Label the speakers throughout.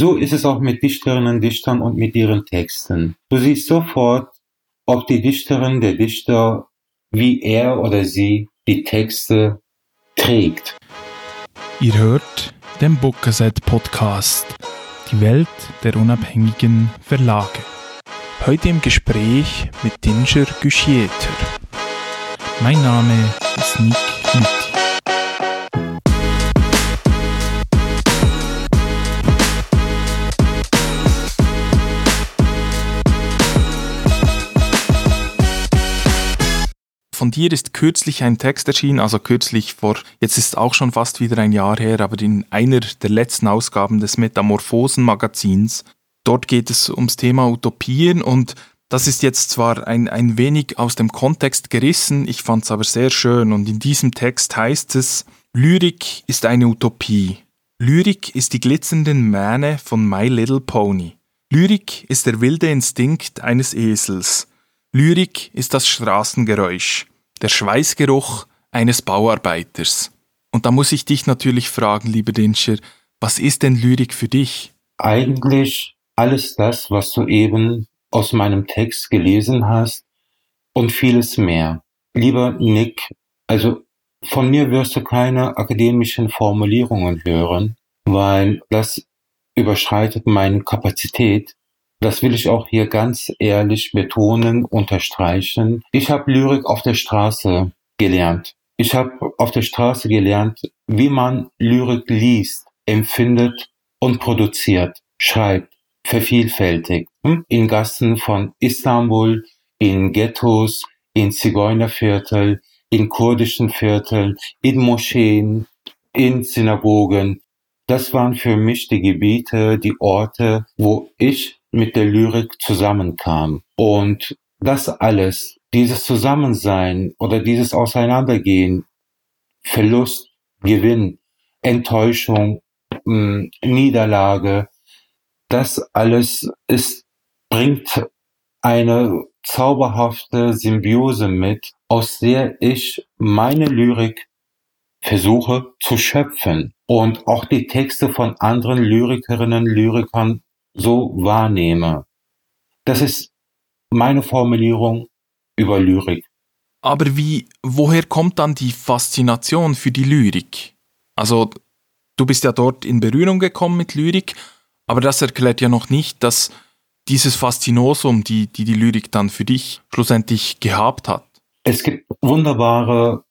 Speaker 1: So ist es auch mit Dichterinnen und Dichtern und mit ihren Texten. Du siehst sofort, ob die Dichterin, der Dichter, wie er oder sie die Texte trägt.
Speaker 2: Ihr hört den Bookazette-Podcast, die Welt der unabhängigen Verlage. Heute im Gespräch mit Dinscher Güschieter. Mein Name ist Nick Lüthi. Von dir ist kürzlich ein Text erschienen, jetzt ist auch schon fast wieder ein Jahr her, aber in einer der letzten Ausgaben des Metamorphosen-Magazins. Dort geht es ums Thema Utopien und das ist jetzt zwar ein wenig aus dem Kontext gerissen, ich fand es aber sehr schön und in diesem Text heißt es: Lyrik ist eine Utopie. Lyrik ist die glitzernden Mähne von My Little Pony. Lyrik ist der wilde Instinkt eines Esels. Lyrik ist das Straßengeräusch, der Schweißgeruch eines Bauarbeiters. Und da muss ich dich natürlich fragen, lieber Dinscher, was ist denn Lyrik für dich?
Speaker 1: Eigentlich alles das, was du eben aus meinem Text gelesen hast und vieles mehr. Lieber Nick, also von mir wirst du keine akademischen Formulierungen hören, weil das überschreitet meine Kapazität. Das will ich auch hier ganz ehrlich betonen, unterstreichen. Ich habe Lyrik auf der Straße gelernt. Ich habe auf der Straße gelernt, wie man Lyrik liest, empfindet und produziert, schreibt, vervielfältigt. In Gassen von Istanbul, in Ghettos, in Zigeunerviertel, in kurdischen Vierteln, in Moscheen, in Synagogen. Das waren für mich die Gebiete, die Orte, wo ich mit der Lyrik zusammenkam. Und das alles, dieses Zusammensein oder dieses Auseinandergehen, Verlust, Gewinn, Enttäuschung, Niederlage, das alles bringt eine zauberhafte Symbiose mit, aus der ich meine Lyrik versuche zu schöpfen und auch die Texte von anderen Lyrikerinnen, Lyrikern so wahrnehme. Das ist meine Formulierung über Lyrik.
Speaker 2: Aber woher kommt dann die Faszination für die Lyrik? Also, du bist ja dort in Berührung gekommen mit Lyrik, aber das erklärt ja noch nicht, dass dieses Faszinosum, die Lyrik dann für dich schlussendlich gehabt hat.
Speaker 1: Es gibt wunderbare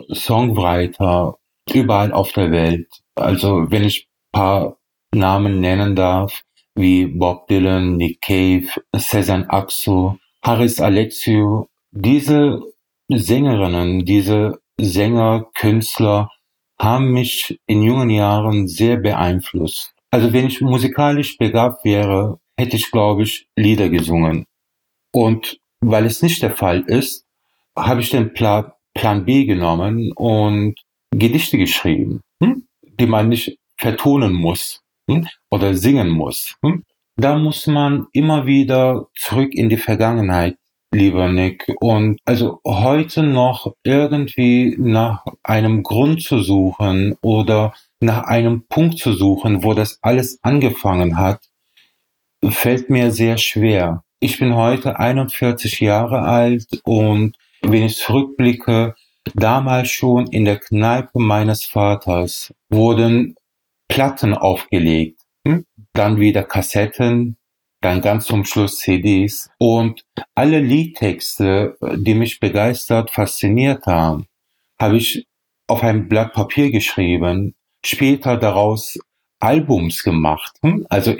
Speaker 1: Songwriter überall auf der Welt. Also, wenn ich ein paar Namen nennen darf, wie Bob Dylan, Nick Cave, Sezen Aksu, Haris Alexiou. Diese Sängerinnen, diese Sänger, Künstler haben mich in jungen Jahren sehr beeinflusst. Also wenn ich musikalisch begabt wäre, hätte ich, glaube ich, Lieder gesungen. Und weil es nicht der Fall ist, habe ich den Plan B genommen und Gedichte geschrieben, die man nicht vertonen muss oder singen muss. Da muss man immer wieder zurück in die Vergangenheit, lieber Nick. Und also heute noch irgendwie nach einem Grund zu suchen oder nach einem Punkt zu suchen, wo das alles angefangen hat, fällt mir sehr schwer. Ich bin heute 41 Jahre alt und wenn ich zurückblicke, damals schon in der Kneipe meines Vaters wurden Platten aufgelegt, dann wieder Kassetten, dann ganz zum Schluss CDs und alle Liedtexte, die mich begeistert, fasziniert haben, habe ich auf ein Blatt Papier geschrieben, später daraus Albums gemacht. Also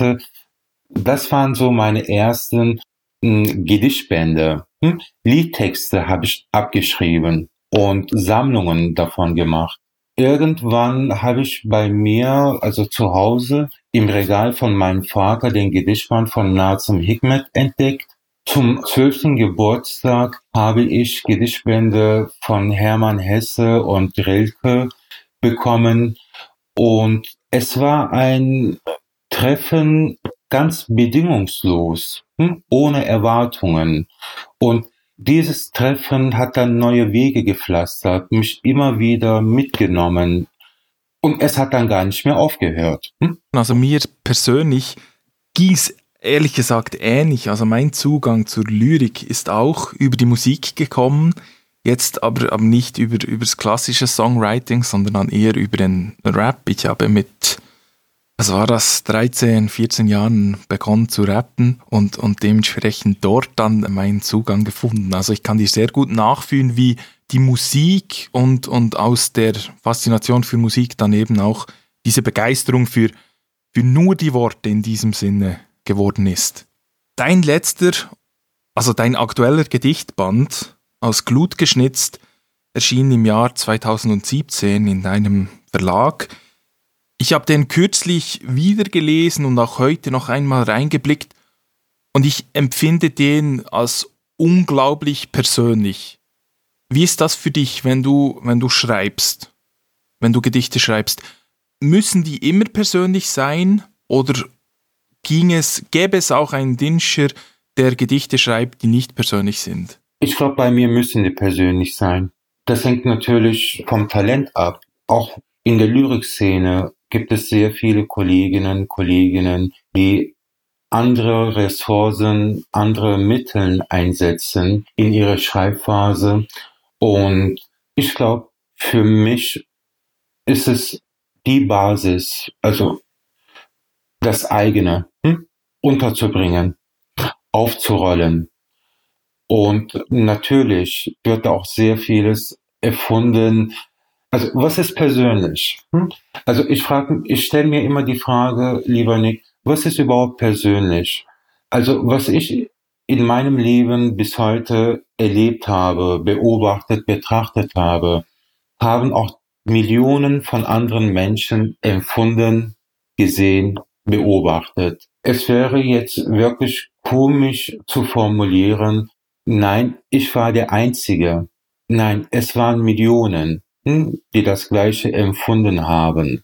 Speaker 1: das waren so meine ersten Gedichtbände. Liedtexte habe ich abgeschrieben und Sammlungen davon gemacht. Irgendwann habe ich bei mir, also zu Hause, im Regal von meinem Vater den Gedichtband von Nazım Hikmet entdeckt. Zum 12. Geburtstag habe ich Gedichtbände von Hermann Hesse und Rilke bekommen und es war ein Treffen ganz bedingungslos, ohne Erwartungen. Und dieses Treffen hat dann neue Wege gepflastert, mich immer wieder mitgenommen Und es hat dann gar nicht mehr aufgehört.
Speaker 2: Also mir persönlich ging's ehrlich gesagt ähnlich. Also mein Zugang zur Lyrik ist auch über die Musik gekommen, jetzt aber nicht über das klassische Songwriting, sondern dann eher über den Rap. Ich habe mit, was war das, 13, 14 Jahren begonnen zu rappen und dementsprechend dort dann meinen Zugang gefunden. Also ich kann dir sehr gut nachfühlen, wie die Musik und aus der Faszination für Musik dann eben auch diese Begeisterung für nur die Worte in diesem Sinne geworden ist. Dein letzter, also dein aktueller Gedichtband aus Glut geschnitzt erschien im Jahr 2017 in deinem Verlag. Ich habe den kürzlich wieder gelesen und auch heute noch einmal reingeblickt und ich empfinde den als unglaublich persönlich. Wie ist das für dich, wenn du schreibst, wenn du Gedichte schreibst? Müssen die immer persönlich sein oder gäbe es auch einen Dinscher, der Gedichte schreibt, die nicht persönlich sind?
Speaker 1: Ich glaube, bei mir müssen die persönlich sein. Das hängt natürlich vom Talent ab. Auch in der Lyrikszene gibt es sehr viele Kolleginnen, die andere Ressourcen, andere Mittel einsetzen in ihrer Schreibphase. Und ich glaube, für mich ist es die Basis, also das eigene unterzubringen, aufzurollen. Und natürlich wird auch sehr vieles erfunden. Also was ist persönlich? Also ich stelle mir immer die Frage, lieber Nick, was ist überhaupt persönlich? Also was ich in meinem Leben bis heute erlebt habe, beobachtet, betrachtet habe, haben auch Millionen von anderen Menschen empfunden, gesehen, beobachtet. Es wäre jetzt wirklich komisch zu formulieren, nein, ich war der Einzige. Nein, es waren Millionen, die das Gleiche empfunden haben.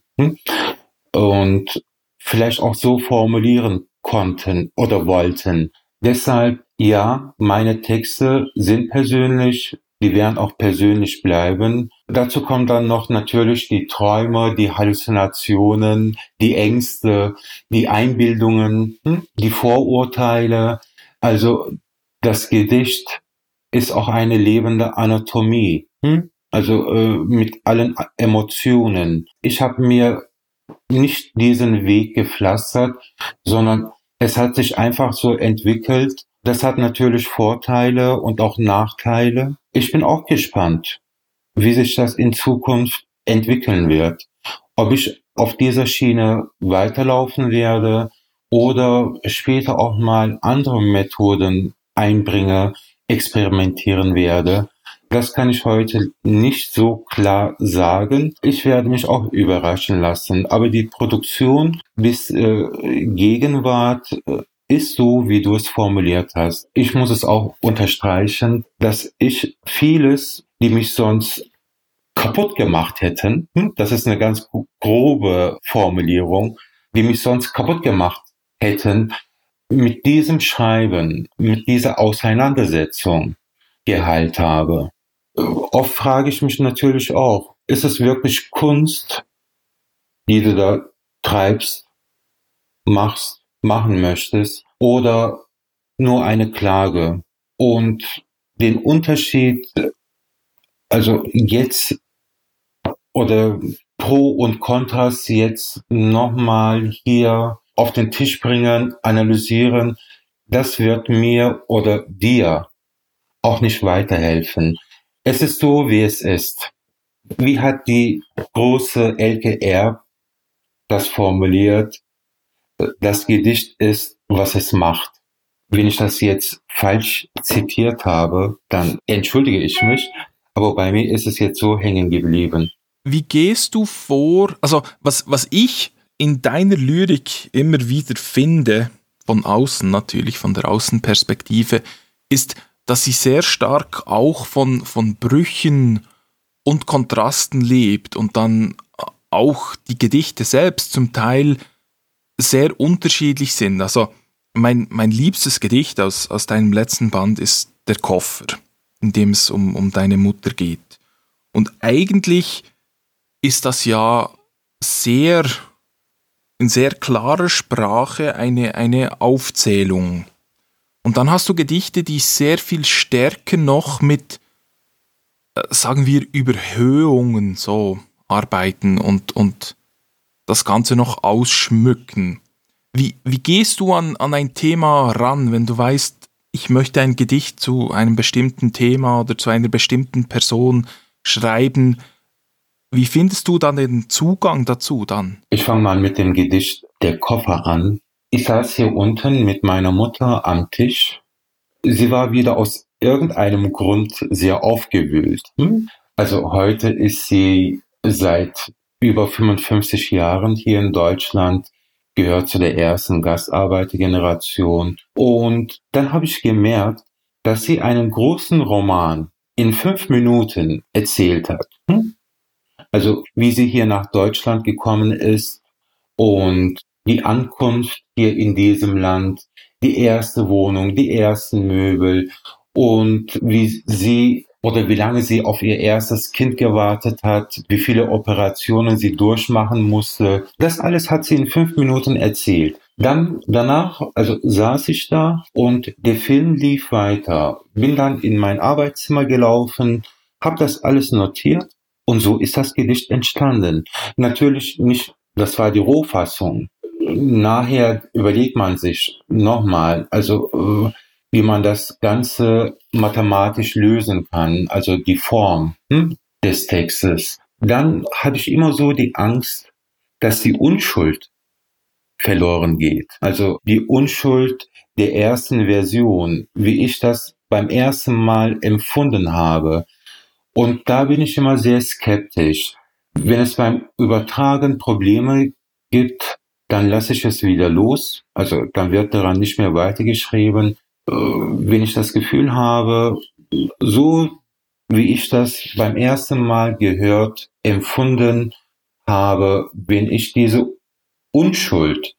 Speaker 1: Und vielleicht auch so formulieren konnten oder wollten. Deshalb, ja, meine Texte sind persönlich, die werden auch persönlich bleiben. Dazu kommen dann noch natürlich die Träume, die Halluzinationen, die Ängste, die Einbildungen, die Vorurteile. Also das Gedicht ist auch eine lebende Anatomie, also mit allen Emotionen. Ich habe mir nicht diesen Weg gepflastert, sondern es hat sich einfach so entwickelt. Das hat natürlich Vorteile und auch Nachteile. Ich bin auch gespannt, wie sich das in Zukunft entwickeln wird. Ob ich auf dieser Schiene weiterlaufen werde oder später auch mal andere Methoden einbringe, experimentieren werde. Das kann ich heute nicht so klar sagen. Ich werde mich auch überraschen lassen. Aber die Produktion bis Gegenwart ist so, wie du es formuliert hast. Ich muss es auch unterstreichen, dass ich vieles, die mich sonst kaputt gemacht hätten, das ist eine ganz grobe Formulierung, die mich sonst kaputt gemacht hätten, mit diesem Schreiben, mit dieser Auseinandersetzung geheilt habe. Oft frage ich mich natürlich auch, ist es wirklich Kunst, die du da treibst, machst, machen möchtest, oder nur eine Klage? Und den Unterschied, also jetzt oder Pro und Kontras jetzt nochmal hier auf den Tisch bringen, analysieren, das wird mir oder dir auch nicht weiterhelfen. Es ist so, wie es ist. Wie hat die große Elke Erb das formuliert? Das Gedicht ist, was es macht. Wenn ich das jetzt falsch zitiert habe, dann entschuldige ich mich, aber bei mir ist es jetzt so hängen geblieben.
Speaker 2: Wie gehst du vor? Also was ich in deiner Lyrik immer wieder finde, von außen natürlich, von der Außenperspektive, ist, dass sie sehr stark auch von Brüchen und Kontrasten lebt und dann auch die Gedichte selbst zum Teil sehr unterschiedlich sind. Also mein liebstes Gedicht aus deinem letzten Band ist Der Koffer, in dem es um deine Mutter geht. Und eigentlich ist das ja sehr, in sehr klarer Sprache eine Aufzählung. Und dann hast du Gedichte, die sehr viel stärker noch mit, sagen wir, Überhöhungen so arbeiten und das Ganze noch ausschmücken. Wie gehst du an ein Thema ran, wenn du weißt, ich möchte ein Gedicht zu einem bestimmten Thema oder zu einer bestimmten Person schreiben? Wie findest du dann den Zugang dazu dann?
Speaker 1: Ich fange mal mit dem Gedicht Der Koffer an. Ich saß hier unten mit meiner Mutter am Tisch. Sie war wieder aus irgendeinem Grund sehr aufgewühlt. Also heute ist sie seit über 55 Jahren hier in Deutschland, gehört zu der ersten Gastarbeitergeneration. Und dann habe ich gemerkt, dass sie einen großen Roman in 5 Minuten erzählt hat. Also wie sie hier nach Deutschland gekommen ist und die Ankunft hier in diesem Land, die erste Wohnung, die ersten Möbel und wie lange sie auf ihr erstes Kind gewartet hat, wie viele Operationen sie durchmachen musste. Das alles hat sie in 5 Minuten erzählt. Danach, also saß ich da und der Film lief weiter. Bin dann in mein Arbeitszimmer gelaufen, habe das alles notiert und so ist das Gedicht entstanden. Natürlich nicht, das war die Rohfassung. Nachher überlegt man sich nochmal, also wie man das Ganze mathematisch lösen kann, also die Form des Textes. Dann hatte ich immer so die Angst, dass die Unschuld verloren geht. Also die Unschuld der ersten Version, wie ich das beim ersten Mal empfunden habe. Und da bin ich immer sehr skeptisch. Wenn es beim Übertragen Probleme gibt, dann lasse ich es wieder los. Also dann wird daran nicht mehr weitergeschrieben. Wenn ich das Gefühl habe, so wie ich das beim ersten Mal gehört, empfunden habe, wenn ich diese Unschuld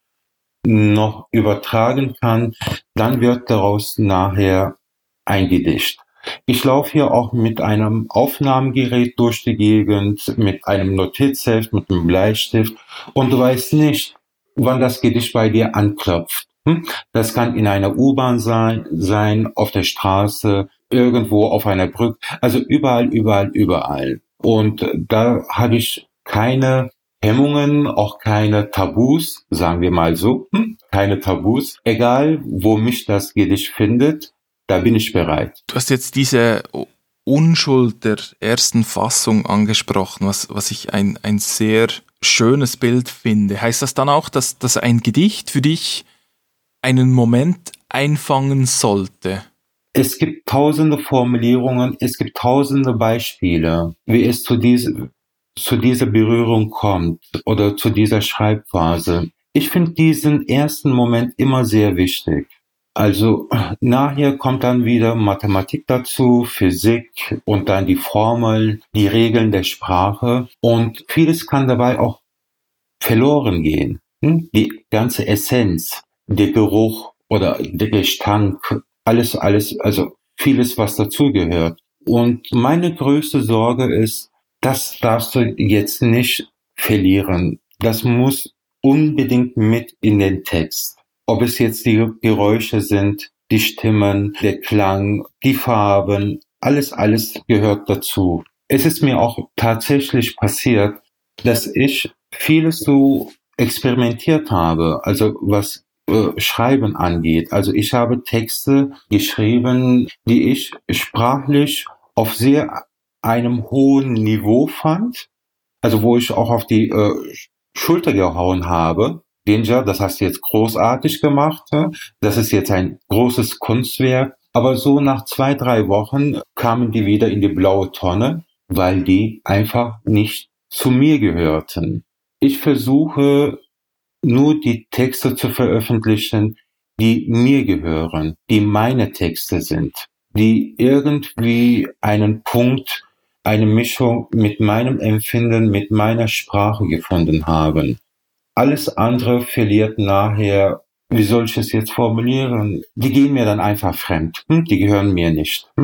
Speaker 1: noch übertragen kann, dann wird daraus nachher ein Gedicht. Ich laufe hier auch mit einem Aufnahmegerät durch die Gegend, mit einem Notizheft, mit einem Bleistift und du weißt nicht, wann das Gedicht bei dir anklopft. Das kann in einer U-Bahn sein, auf der Straße, irgendwo auf einer Brücke, also überall. Und da habe ich keine Hemmungen, auch keine Tabus, sagen wir mal so, keine Tabus. Egal, wo mich das Gedicht findet, da bin ich bereit.
Speaker 2: Du hast jetzt diese Unschuld der ersten Fassung angesprochen, was ich ein sehr schönes Bild finde. Heißt das dann auch, dass ein Gedicht für dich einen Moment einfangen sollte?
Speaker 1: Es gibt tausende Formulierungen, es gibt tausende Beispiele, wie es zu dieser Berührung kommt oder zu dieser Schreibphase. Ich finde diesen ersten Moment immer sehr wichtig. Also nachher kommt dann wieder Mathematik dazu, Physik und dann die Formeln, die Regeln der Sprache und vieles kann dabei auch verloren gehen. Die ganze Essenz, der Geruch oder der Gestank, alles, also vieles, was dazugehört. Und meine größte Sorge ist, das darfst du jetzt nicht verlieren. Das muss unbedingt mit in den Text. Ob es jetzt die Geräusche sind, die Stimmen, der Klang, die Farben, alles gehört dazu. Es ist mir auch tatsächlich passiert, dass ich vieles so experimentiert habe, also was Schreiben angeht. Also ich habe Texte geschrieben, die ich sprachlich auf sehr einem hohen Niveau fand, also wo ich auch auf die Schulter gehauen habe. Danger, das hast du jetzt großartig gemacht, das ist jetzt ein großes Kunstwerk, aber so nach 2-3 Wochen kamen die wieder in die blaue Tonne, weil die einfach nicht zu mir gehörten. Ich versuche nur die Texte zu veröffentlichen, die mir gehören, die meine Texte sind, die irgendwie einen Punkt, eine Mischung mit meinem Empfinden, mit meiner Sprache gefunden haben. Alles andere verliert nachher, wie soll ich es jetzt formulieren? Die gehen mir dann einfach fremd. Die gehören mir nicht.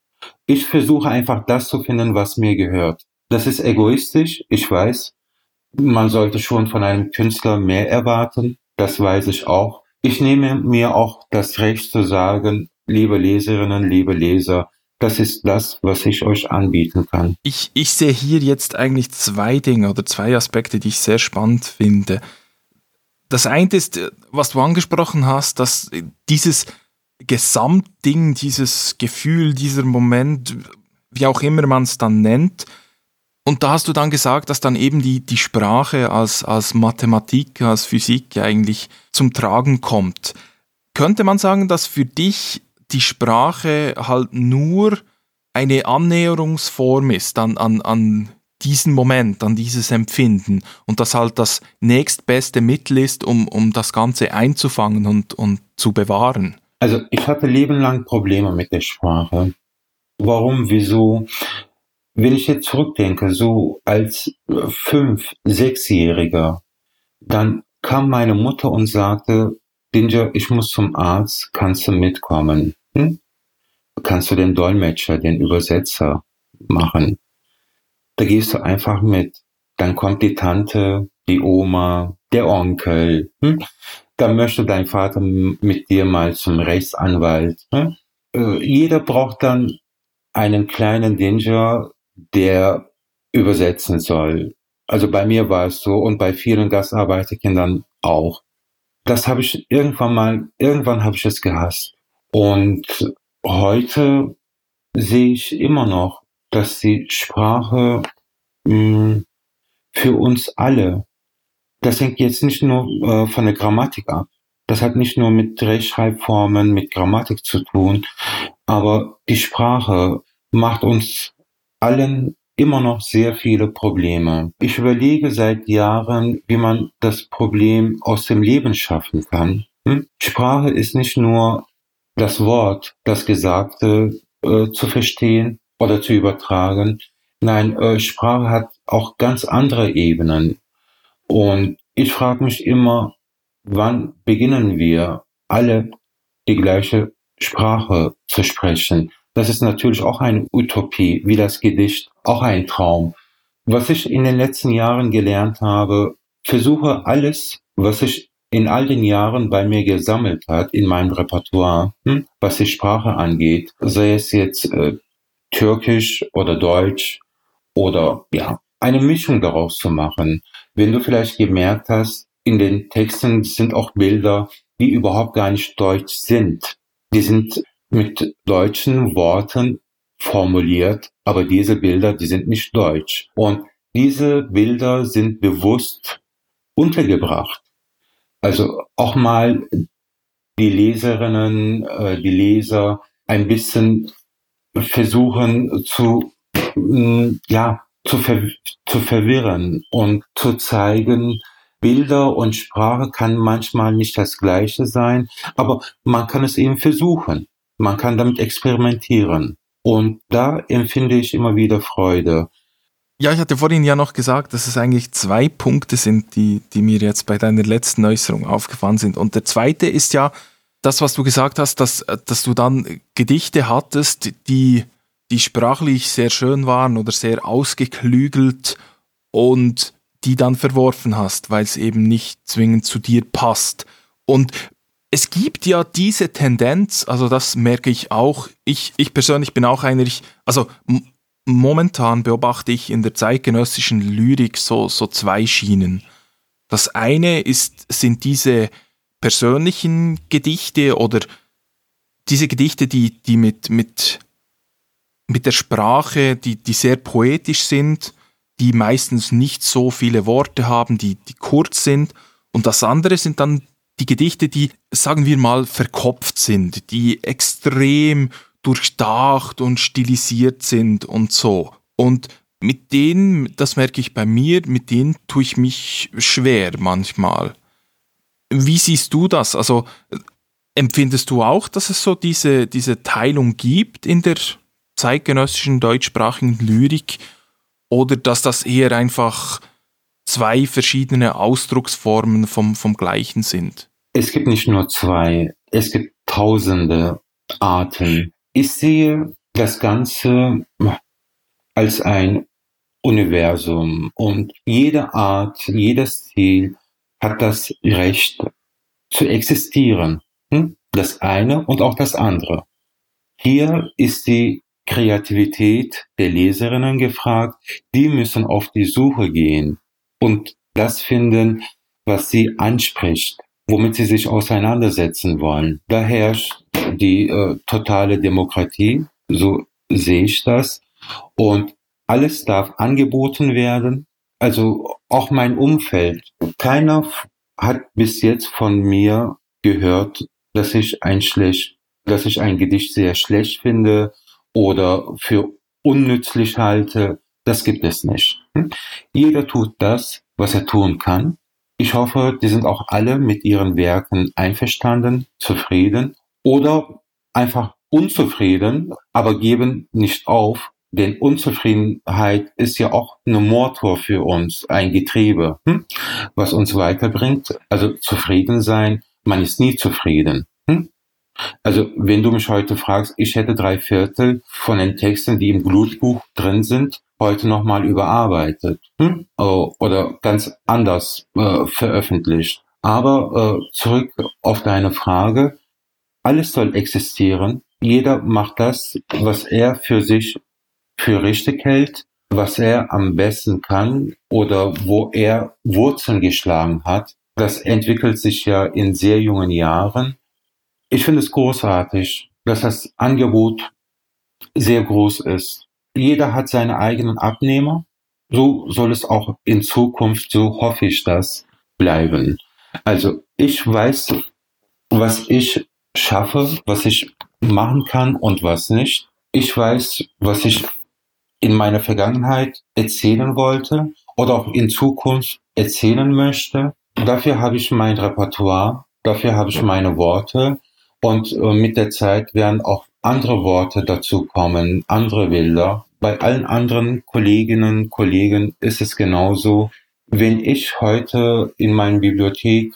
Speaker 1: Ich versuche einfach das zu finden, was mir gehört. Das ist egoistisch, ich weiß, man sollte schon von einem Künstler mehr erwarten, das weiß ich auch. Ich nehme mir auch das Recht zu sagen, liebe Leserinnen, liebe Leser, das ist das, was ich euch anbieten kann.
Speaker 2: Ich sehe hier jetzt eigentlich zwei Dinge oder zwei Aspekte, die ich sehr spannend finde. Das eine ist, was du angesprochen hast, dass dieses Gesamtding, dieses Gefühl, dieser Moment, wie auch immer man es dann nennt, und da hast du dann gesagt, dass dann eben die Sprache als Mathematik, als Physik eigentlich zum Tragen kommt. Könnte man sagen, dass für dich die Sprache halt nur eine Annäherungsform ist an diesen Moment, an dieses Empfinden und das halt das nächstbeste Mittel ist, um das Ganze einzufangen und zu bewahren?
Speaker 1: Also ich hatte lebenlang Probleme mit der Sprache. Warum, wieso? Wenn ich jetzt zurückdenke, so als 6-Jähriger, dann kam meine Mutter und sagte, Dinja, ich muss zum Arzt, kannst du mitkommen? Kannst du den Dolmetscher, den Übersetzer machen? Da gehst du einfach mit. Dann kommt die Tante, die Oma, der Onkel. Dann möchte dein Vater mit dir mal zum Rechtsanwalt. Jeder braucht dann einen kleinen Dinja, der übersetzen soll. Also bei mir war es so und bei vielen Gastarbeiterkindern auch. Das habe ich irgendwann habe ich es gehasst. Und heute sehe ich immer noch, dass die Sprache für uns alle, das hängt jetzt nicht nur von der Grammatik ab. Das hat nicht nur mit Rechtschreibformen, mit Grammatik zu tun, aber die Sprache macht uns allen immer noch sehr viele Probleme. Ich überlege seit Jahren, wie man das Problem aus dem Leben schaffen kann. Sprache ist nicht nur das Wort, das Gesagte zu verstehen oder zu übertragen. Nein, Sprache hat auch ganz andere Ebenen. Und ich frage mich immer, wann beginnen wir alle die gleiche Sprache zu sprechen? Das ist natürlich auch eine Utopie, wie das Gedicht, auch ein Traum. Was ich in den letzten Jahren gelernt habe, versuche alles, was ich in all den Jahren bei mir gesammelt hat, in meinem Repertoire, was die Sprache angeht, sei es jetzt Türkisch oder Deutsch oder ja, eine Mischung daraus zu machen. Wenn du vielleicht gemerkt hast, in den Texten sind auch Bilder, die überhaupt gar nicht deutsch sind. Die sind mit deutschen Worten formuliert, aber diese Bilder, die sind nicht deutsch. Und diese Bilder sind bewusst untergebracht. Also auch mal die Leserinnen, die Leser ein bisschen versuchen zu verwirren und zu zeigen, Bilder und Sprache kann manchmal nicht das Gleiche sein, aber man kann es eben versuchen. Man kann damit experimentieren. Und da empfinde ich immer wieder Freude.
Speaker 2: Ja, ich hatte vorhin ja noch gesagt, dass es eigentlich zwei Punkte sind, die mir jetzt bei deiner letzten Äußerung aufgefallen sind. Und der zweite ist ja das, was du gesagt hast, dass du dann Gedichte hattest, die sprachlich sehr schön waren oder sehr ausgeklügelt und die dann verworfen hast, weil es eben nicht zwingend zu dir passt. Und es gibt ja diese Tendenz, also das merke ich auch, ich persönlich bin auch einer, momentan beobachte ich in der zeitgenössischen Lyrik so zwei Schienen. Das eine sind diese persönlichen Gedichte oder diese Gedichte, die mit der Sprache, die sehr poetisch sind, die meistens nicht so viele Worte haben, die kurz sind. Und das andere sind dann die Gedichte, die, sagen wir mal, verkopft sind, die extrem durchdacht und stilisiert sind und so. Und mit denen, das merke ich bei mir, mit denen tue ich mich schwer manchmal. Wie siehst du das? Also empfindest du auch, dass es so diese Teilung gibt in der zeitgenössischen deutschsprachigen Lyrik oder dass das eher einfach zwei verschiedene Ausdrucksformen vom Gleichen sind?
Speaker 1: Es gibt nicht nur zwei, es gibt tausende Arten. Ich sehe das Ganze als ein Universum und jede Art, jedes Ziel hat das Recht zu existieren. Das eine und auch das andere. Hier ist die Kreativität der Leserinnen gefragt. Die müssen auf die Suche gehen und das finden, was sie anspricht, womit sie sich auseinandersetzen wollen. Da herrscht die totale Demokratie, so sehe ich das. Und alles darf angeboten werden. Also auch mein Umfeld. Keiner hat bis jetzt von mir gehört, dass ich ein Gedicht sehr schlecht finde oder für unnützlich halte. Das gibt es nicht. Jeder tut das, was er tun kann. Ich hoffe, die sind auch alle mit ihren Werken einverstanden, zufrieden oder einfach unzufrieden, aber geben nicht auf, denn Unzufriedenheit ist ja auch ein Motor für uns, ein Getriebe, was uns weiterbringt. Also zufrieden sein, man ist nie zufrieden. Also wenn du mich heute fragst, ich hätte 3/4 von den Texten, die im Glutbuch drin sind, heute nochmal überarbeitet oder ganz anders veröffentlicht. Aber zurück auf deine Frage, alles soll existieren. Jeder macht das, was er für sich für richtig hält, was er am besten kann oder wo er Wurzeln geschlagen hat. Das entwickelt sich ja in sehr jungen Jahren. Ich finde es großartig, dass das Angebot sehr groß ist. Jeder hat seine eigenen Abnehmer. So soll es auch in Zukunft, so hoffe ich das, bleiben. Also ich weiß, was ich schaffe, was ich machen kann und was nicht. Ich weiß, was ich in meiner Vergangenheit erzählen wollte oder auch in Zukunft erzählen möchte. Dafür habe ich mein Repertoire, dafür habe ich meine Worte und mit der Zeit werden auch andere Worte dazu kommen, andere Bilder. Bei allen anderen Kolleginnen und Kollegen ist es genauso. Wenn ich heute in meine Bibliothek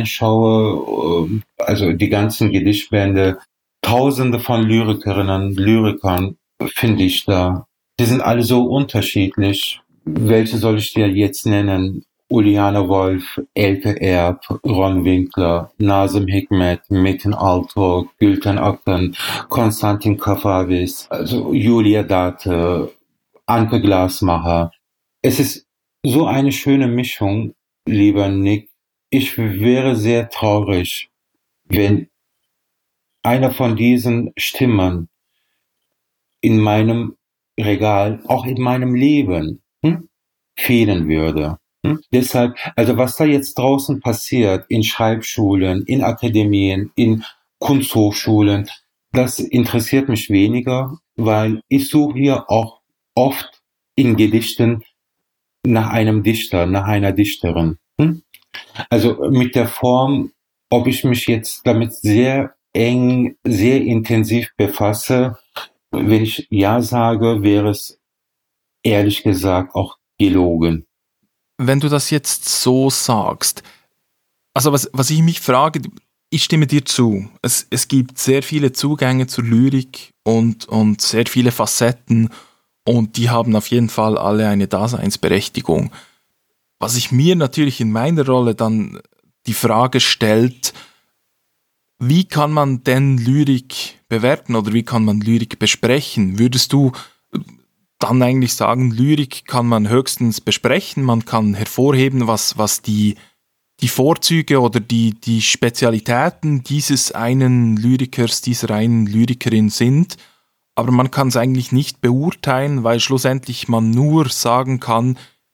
Speaker 1: reinschaue, also die ganzen Gedichtbände, Tausende von Lyrikerinnen, Lyrikern finde ich da. Die sind alle so unterschiedlich. Welche soll ich dir jetzt nennen? Uliane Wolf, Elke Erb, Ron Winkler, Nazım Hikmet, Metin Altort, Gülten Akın, Konstantin Kafavis, also Julia Date, Anke Glasmacher. Es ist so eine schöne Mischung, lieber Nick. Ich wäre sehr traurig, wenn einer von diesen Stimmen in meinem Regal, auch in meinem Leben, fehlen würde. Deshalb, also was da jetzt draußen passiert, in Schreibschulen, in Akademien, in Kunsthochschulen, das interessiert mich weniger, weil ich suche hier auch oft in Gedichten nach einem Dichter, nach einer Dichterin. Also mit der Form, ob ich mich jetzt damit sehr eng, sehr intensiv befasse, wenn ich ja sage, wäre es ehrlich gesagt auch gelogen.
Speaker 2: Wenn du das jetzt so sagst, also was ich mich frage, ich stimme dir zu. Es gibt sehr viele Zugänge zur Lyrik und sehr viele Facetten und die haben auf jeden Fall alle eine Daseinsberechtigung. Was ich mir natürlich in meiner Rolle dann die Frage stellt, wie kann man denn Lyrik bewerten oder wie kann man Lyrik besprechen? Würdest du dann eigentlich sagen, Lyrik kann man höchstens besprechen, man kann hervorheben, was die Vorzüge oder die Spezialitäten dieses einen Lyrikers, dieser einen Lyrikerin sind, aber man kann es eigentlich nicht beurteilen, weil schlussendlich man nur sagen kann,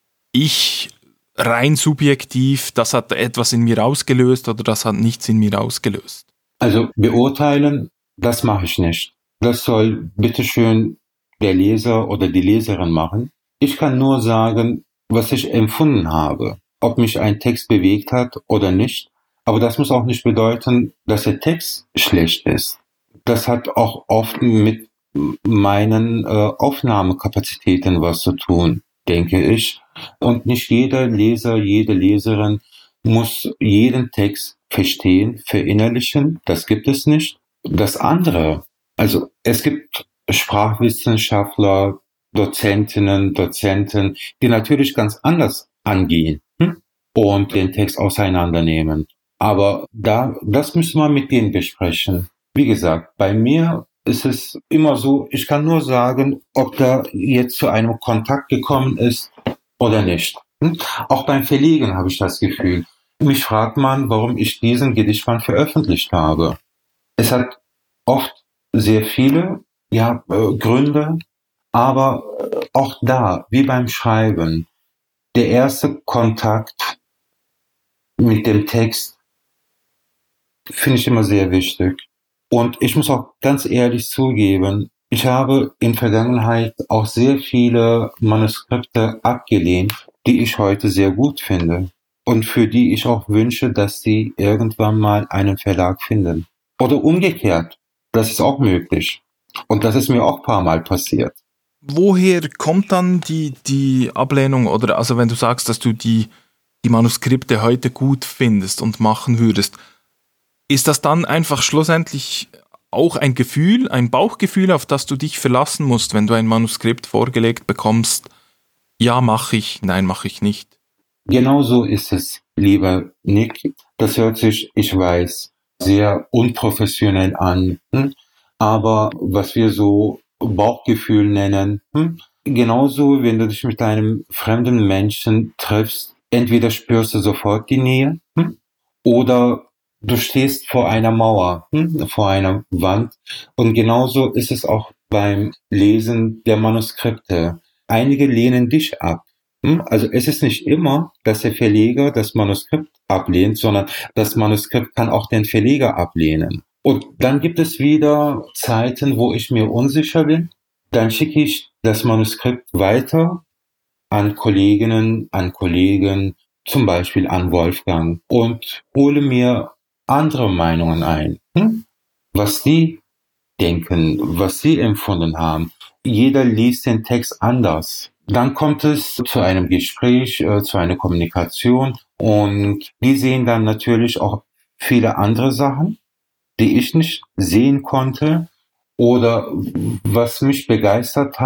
Speaker 2: ich rein subjektiv, das hat etwas in mir ausgelöst oder das hat nichts in mir ausgelöst.
Speaker 1: Also beurteilen, das mache ich nicht. Das soll bitteschön der Leser oder die Leserin machen. Ich kann nur sagen, was ich empfunden habe, ob mich ein Text bewegt hat oder nicht. Aber das muss auch nicht bedeuten, dass der Text schlecht ist. Das hat auch oft mit meinen Aufnahmekapazitäten was zu tun, denke ich. Und nicht jeder Leser, jede Leserin muss jeden Text verstehen, verinnerlichen. Das gibt es nicht. Das andere, also es gibt Sprachwissenschaftler, Dozentinnen, Dozenten, die natürlich ganz anders angehen und den Text auseinandernehmen. Aber das müssen wir mit denen besprechen. Wie gesagt, bei mir ist es immer so, ich kann nur sagen, ob da jetzt zu einem Kontakt gekommen ist oder nicht. Auch beim Verlegen habe ich das Gefühl. Mich fragt man, warum ich diesen Gedichtband veröffentlicht habe. Es hat oft sehr viele Gründe, aber auch da, wie beim Schreiben, der erste Kontakt mit dem Text finde ich immer sehr wichtig. Und ich muss auch ganz ehrlich zugeben, ich habe in Vergangenheit auch sehr viele Manuskripte abgelehnt, die ich heute sehr gut finde und für die ich auch wünsche, dass sie irgendwann mal einen Verlag finden. Oder umgekehrt, das ist auch möglich. Und das ist mir auch ein paar Mal passiert.
Speaker 2: Woher kommt dann die Ablehnung? Oder also wenn du sagst, dass du die Manuskripte heute gut findest und machen würdest, ist das dann einfach schlussendlich auch ein Gefühl, ein Bauchgefühl, auf das du dich verlassen musst, wenn du ein Manuskript vorgelegt bekommst? Ja, mache ich, nein, mache ich nicht.
Speaker 1: Genau so ist es, lieber Nick. Das hört sich, ich weiß, sehr unprofessionell an. Aber was wir so Bauchgefühl nennen, genauso, wenn du dich mit einem fremden Menschen triffst, entweder spürst du sofort die Nähe, oder du stehst vor einer Mauer, vor einer Wand. Und genauso ist es auch beim Lesen der Manuskripte. Einige lehnen dich ab. Also es ist nicht immer, dass der Verleger das Manuskript ablehnt, sondern das Manuskript kann auch den Verleger ablehnen. Und dann gibt es wieder Zeiten, wo ich mir unsicher bin. Dann schicke ich das Manuskript weiter an Kolleginnen, an Kollegen, zum Beispiel an Wolfgang, und hole mir andere Meinungen ein, was die denken, was sie empfunden haben. Jeder liest den Text anders. Dann kommt es zu einem Gespräch, zu einer Kommunikation, und die sehen dann natürlich auch viele andere Sachen, die ich nicht sehen konnte, oder was mich begeistert,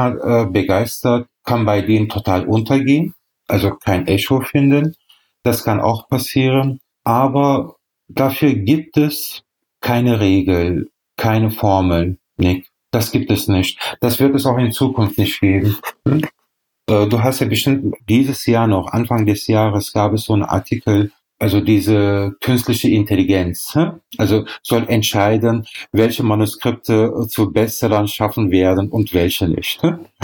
Speaker 1: kann bei denen total untergehen, also kein Echo finden. Das kann auch passieren, aber dafür gibt es keine Regel, keine Formel, Nick. Das gibt es nicht. Das wird es auch in Zukunft nicht geben. Du hast ja bestimmt dieses Jahr noch, Anfang des Jahres, gab es so einen Artikel, also diese künstliche Intelligenz, also soll entscheiden, welche Manuskripte zu Bestsellern schaffen werden und welche nicht.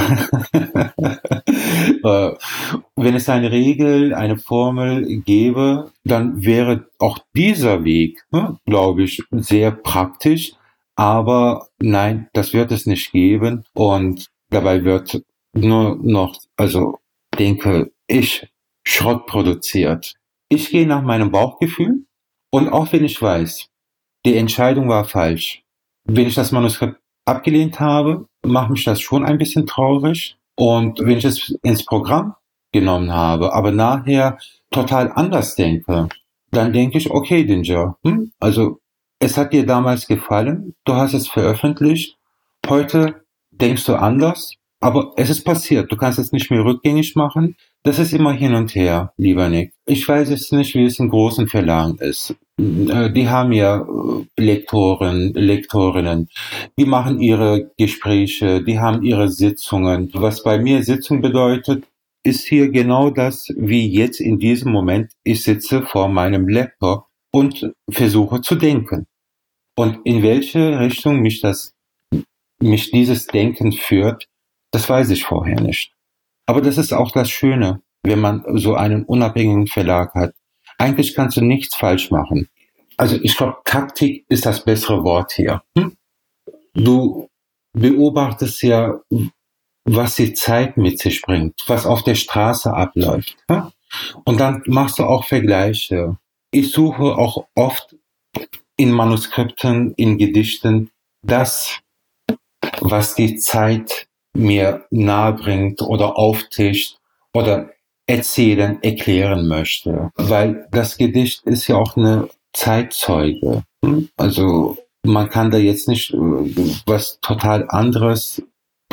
Speaker 1: Wenn es eine Regel, eine Formel gäbe, dann wäre auch dieser Weg, glaube ich, sehr praktisch. Aber nein, das wird es nicht geben. Und dabei wird nur noch, also denke ich, Schrott produziert. Ich gehe nach meinem Bauchgefühl, und auch wenn ich weiß, die Entscheidung war falsch. Wenn ich das Manuskript abgelehnt habe, macht mich das schon ein bisschen traurig. Und wenn ich es ins Programm genommen habe, aber nachher total anders denke, dann denke ich, okay, Dinger, also es hat dir damals gefallen, du hast es veröffentlicht, heute denkst du anders, aber es ist passiert, du kannst es nicht mehr rückgängig machen. Das ist immer hin und her, lieber Nick. Ich weiß jetzt nicht, wie es in großen Verlagen ist. Die haben ja Lektoren, Lektorinnen, die machen ihre Gespräche, die haben ihre Sitzungen. Was bei mir Sitzung bedeutet, ist hier genau das, wie jetzt in diesem Moment. Ich sitze vor meinem Laptop und versuche zu denken. Und in welche Richtung mich dieses Denken führt, das weiß ich vorher nicht. Aber das ist auch das Schöne, wenn man so einen unabhängigen Verlag hat. Eigentlich kannst du nichts falsch machen. Also ich glaube, Taktik ist das bessere Wort hier. Du beobachtest ja, was die Zeit mit sich bringt, was auf der Straße abläuft. Und dann machst du auch Vergleiche. Ich suche auch oft in Manuskripten, in Gedichten, das, was die Zeit mir nahe bringt oder auftischt oder erzählen, erklären möchte. Weil das Gedicht ist ja auch eine Zeitzeuge. Also man kann da jetzt nicht was total anderes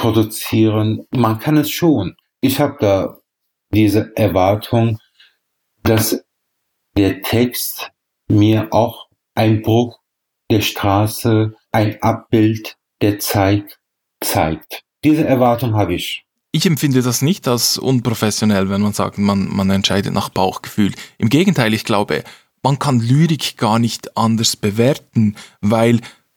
Speaker 1: produzieren. Man kann es schon. Ich habe da diese Erwartung, dass der Text mir auch ein Bruch der Straße, ein Abbild der Zeit zeigt. Diese Erwartung habe ich.
Speaker 2: Ich empfinde das nicht als unprofessionell, wenn man sagt, man entscheidet nach Bauchgefühl. Im Gegenteil, ich glaube, man kann Lyrik gar nicht anders bewerten, weil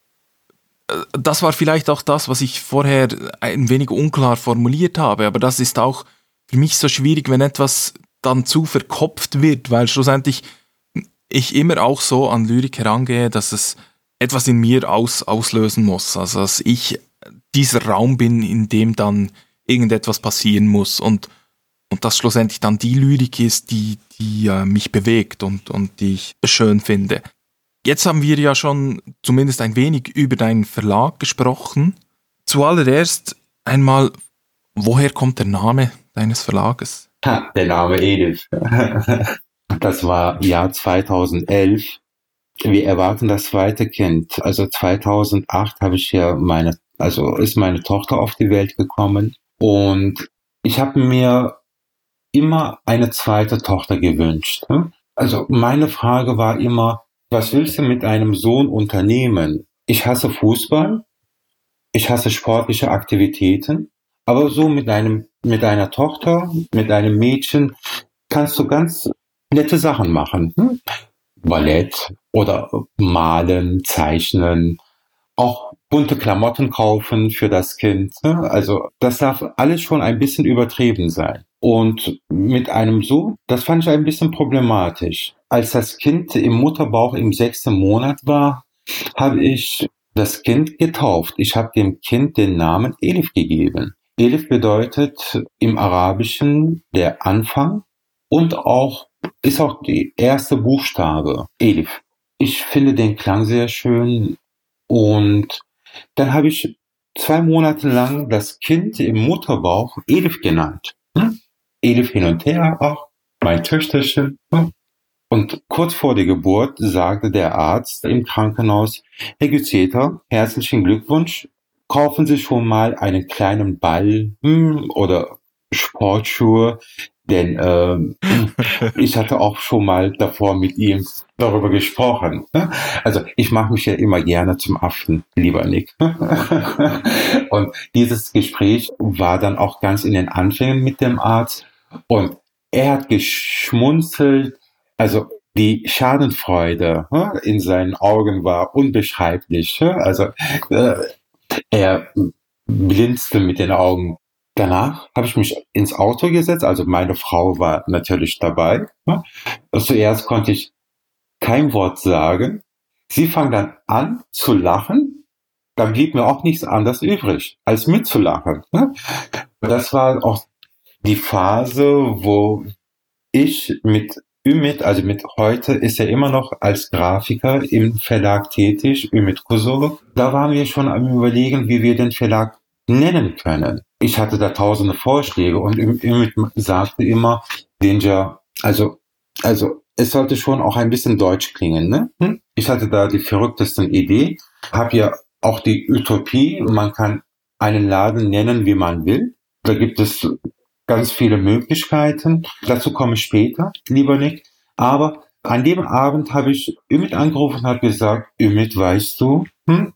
Speaker 2: das war vielleicht auch das, was ich vorher ein wenig unklar formuliert habe, aber das ist auch für mich so schwierig, wenn etwas dann zu verkopft wird, weil schlussendlich ich immer auch so an Lyrik herangehe, dass es etwas in mir auslösen muss, also dass ich dieser Raum bin, in dem dann irgendetwas passieren muss und das schlussendlich dann die Lyrik ist, die mich bewegt und die ich schön finde. Jetzt haben wir ja schon zumindest ein wenig über deinen Verlag gesprochen. Zuallererst einmal, woher kommt der Name deines Verlages?
Speaker 1: Der Name Elif. Das war Jahr 2011. Wir erwarten das zweite Kind. Also 2008 habe ich ja ist meine Tochter auf die Welt gekommen und ich habe mir immer eine zweite Tochter gewünscht. Also meine Frage war immer, was willst du mit einem Sohn unternehmen? Ich hasse Fußball, ich hasse sportliche Aktivitäten, aber so mit einer Tochter, mit einem Mädchen kannst du ganz nette Sachen machen. Ballett oder malen, zeichnen, auch bunte Klamotten kaufen für das Kind. Also das darf alles schon ein bisschen übertrieben sein. Und mit einem Sohn, das fand ich ein bisschen problematisch. Als das Kind im Mutterbauch im 6. Monat war, habe ich das Kind getauft. Ich habe dem Kind den Namen Elif gegeben. Elif bedeutet im Arabischen der Anfang und ist auch die erste Buchstabe, Elif. Ich finde den Klang sehr schön und dann habe ich 2 Monate lang das Kind im Mutterbauch Elif genannt. Elif hin und her, auch mein Töchterchen. Und kurz vor der Geburt sagte der Arzt im Krankenhaus, Herr Güzeter, herzlichen Glückwunsch, kaufen Sie schon mal einen kleinen Ball oder Sportschuhe, denn ich hatte auch schon mal davor mit ihm darüber gesprochen. Also ich mache mich ja immer gerne zum Affen, lieber Nick. Und dieses Gespräch war dann auch ganz in den Anfängen mit dem Arzt und er hat geschmunzelt, also die Schadenfreude in seinen Augen war unbeschreiblich. Also er blinzte mit den Augen. Danach habe ich mich ins Auto gesetzt, also meine Frau war natürlich dabei. Zuerst konnte ich kein Wort sagen. Sie fang dann an zu lachen. Dann blieb mir auch nichts anderes übrig, als mitzulachen. Das war auch die Phase, wo ich mit Ümit, also mit heute ist er immer noch als Grafiker im Verlag tätig, Ümit Kusur. Da waren wir schon am Überlegen, wie wir den Verlag nennen können. Ich hatte da tausende Vorschläge und Ümit sagte immer, Danger, also es sollte schon auch ein bisschen deutsch klingen, ne? Ich hatte da die verrücktesten Ideen, habe ja auch die Utopie, man kann einen Laden nennen, wie man will. Da gibt es ganz viele Möglichkeiten. Dazu komme ich später, lieber Nick. Aber an dem Abend habe ich Ümit angerufen und habe gesagt, Ümit, weißt du,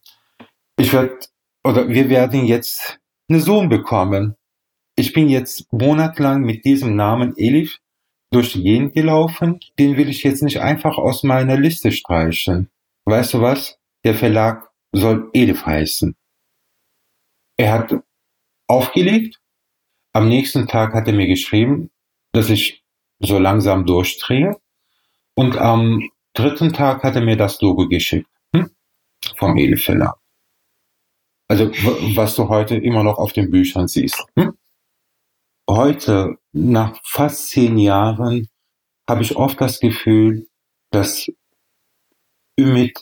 Speaker 1: wir werden jetzt einen Sohn bekommen. Ich bin jetzt monatelang mit diesem Namen Elif durch die Gegend gelaufen. Den will ich jetzt nicht einfach aus meiner Liste streichen. Weißt du was? Der Verlag soll Elif heißen. Er hat aufgelegt. Am nächsten Tag hat er mir geschrieben, dass ich so langsam durchdrehe. Und am 3. Tag hat er mir das Logo geschickt. Vom Elif Verlag. Also, was du heute immer noch auf den Büchern siehst. Heute, nach fast 10 Jahren, habe ich oft das Gefühl, dass Ümit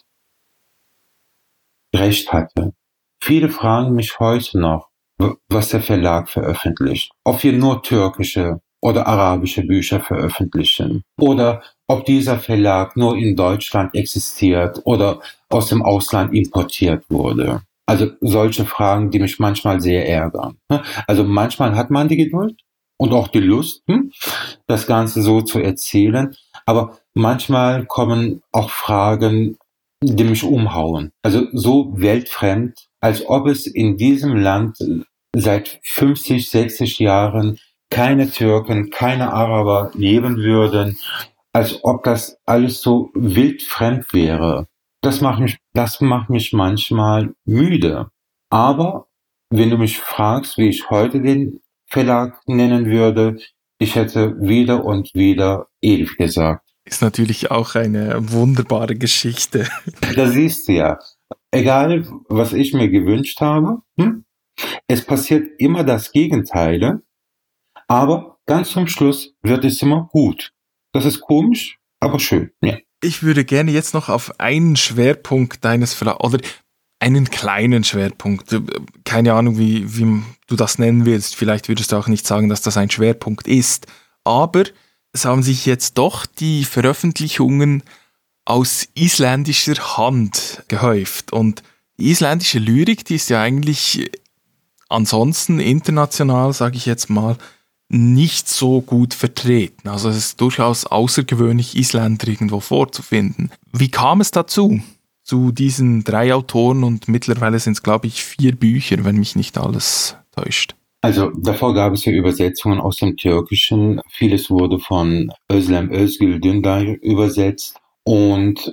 Speaker 1: recht hatte. Viele fragen mich heute noch, was der Verlag veröffentlicht. Ob wir nur türkische oder arabische Bücher veröffentlichen. Oder ob dieser Verlag nur in Deutschland existiert oder aus dem Ausland importiert wurde. Also solche Fragen, die mich manchmal sehr ärgern. Also manchmal hat man die Geduld und auch die Lust, das Ganze so zu erzählen. Aber manchmal kommen auch Fragen, die mich umhauen. Also so weltfremd, als ob es in diesem Land seit 50, 60 Jahren keine Türken, keine Araber leben würden, als ob das alles so wildfremd wäre. Das macht mich manchmal müde. Aber wenn du mich fragst, wie ich heute den Verlag nennen würde, ich hätte wieder und wieder Elif gesagt.
Speaker 2: Ist natürlich auch eine wunderbare Geschichte.
Speaker 1: Da siehst du ja, egal was ich mir gewünscht habe, es passiert immer das Gegenteil, aber ganz zum Schluss wird es immer gut. Das ist komisch, aber schön. Ja.
Speaker 2: Ich würde gerne jetzt noch auf einen Schwerpunkt deines Verlags, oder einen kleinen Schwerpunkt, keine Ahnung, wie du das nennen willst. Vielleicht würdest du auch nicht sagen, dass das ein Schwerpunkt ist. Aber es haben sich jetzt doch die Veröffentlichungen aus isländischer Hand gehäuft. Und die isländische Lyrik, die ist ja eigentlich ansonsten international, sage ich jetzt mal, nicht so gut vertreten. Also es ist durchaus außergewöhnlich, Isländer irgendwo vorzufinden. Wie kam es dazu? Zu diesen 3 Autoren und mittlerweile sind es, glaube ich, 4 Bücher, wenn mich nicht alles täuscht.
Speaker 1: Also davor gab es ja Übersetzungen aus dem Türkischen. Vieles wurde von Özlem Özgül Dündar übersetzt. Und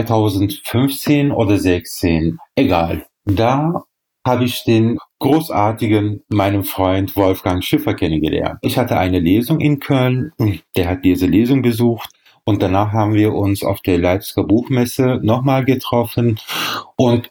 Speaker 1: 2015 oder 16, egal, da habe ich den großartigen, meinem Freund Wolfgang Schiffer kennengelernt. Ich hatte eine Lesung in Köln, der hat diese Lesung besucht und danach haben wir uns auf der Leipziger Buchmesse nochmal getroffen und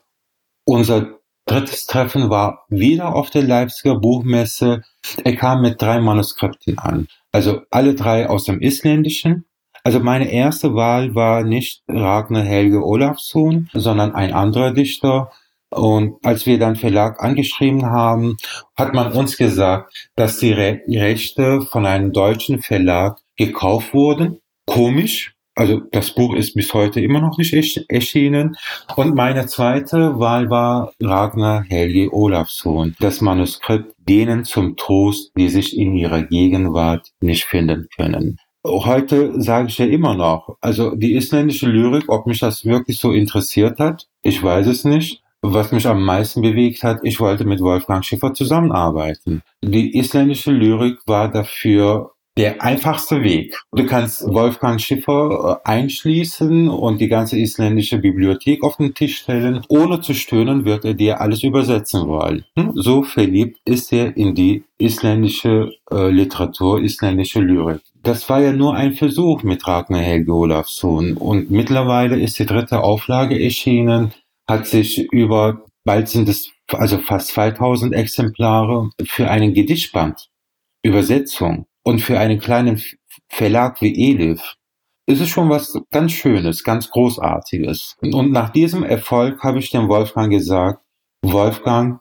Speaker 1: unser drittes Treffen war wieder auf der Leipziger Buchmesse. Er kam mit 3 Manuskripten an, also alle 3 aus dem Isländischen. Also meine erste Wahl war nicht Ragnar Helge Ólafsson, sondern ein anderer Dichter. Und als wir dann Verlag angeschrieben haben, hat man uns gesagt, dass die Rechte von einem deutschen Verlag gekauft wurden. Komisch. Also das Buch ist bis heute immer noch nicht erschienen. Und meine zweite Wahl war Ragnar Helge Ólafsson. Das Manuskript denen zum Trost, die sich in ihrer Gegenwart nicht finden können. Heute sage ich ja immer noch, also die isländische Lyrik, ob mich das wirklich so interessiert hat, ich weiß es nicht. Was mich am meisten bewegt hat, ich wollte mit Wolfgang Schiffer zusammenarbeiten. Die isländische Lyrik war dafür der einfachste Weg. Du kannst Wolfgang Schiffer einschließen und die ganze isländische Bibliothek auf den Tisch stellen. Ohne zu stöhnen wird er dir alles übersetzen wollen. So verliebt ist er in die isländische Literatur, isländische Lyrik. Das war ja nur ein Versuch mit Ragnar Helge Ólafsson und mittlerweile ist die 3. Auflage erschienen, hat sich bald sind es also fast 2000 Exemplare für einen Gedichtband, Übersetzung und für einen kleinen Verlag wie Elif. Ist es schon was ganz Schönes, ganz Großartiges. Und nach diesem Erfolg habe ich dem Wolfgang gesagt, Wolfgang,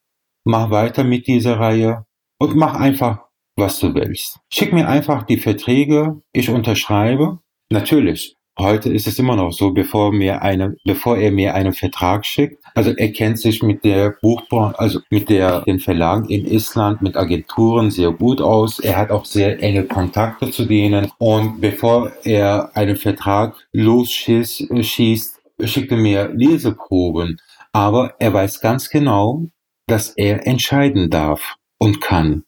Speaker 1: mach weiter mit dieser Reihe und mach einfach, was du willst. Schick mir einfach die Verträge, ich unterschreibe. Natürlich, heute ist es immer noch so, bevor er mir einen Vertrag schickt. Also er kennt sich mit der Buchbranche, also mit den Verlagen in Island, mit Agenturen sehr gut aus. Er hat auch sehr enge Kontakte zu denen. Und bevor er einen Vertrag losschießt, schickt er mir Leseproben. Aber er weiß ganz genau, dass er entscheiden darf und kann.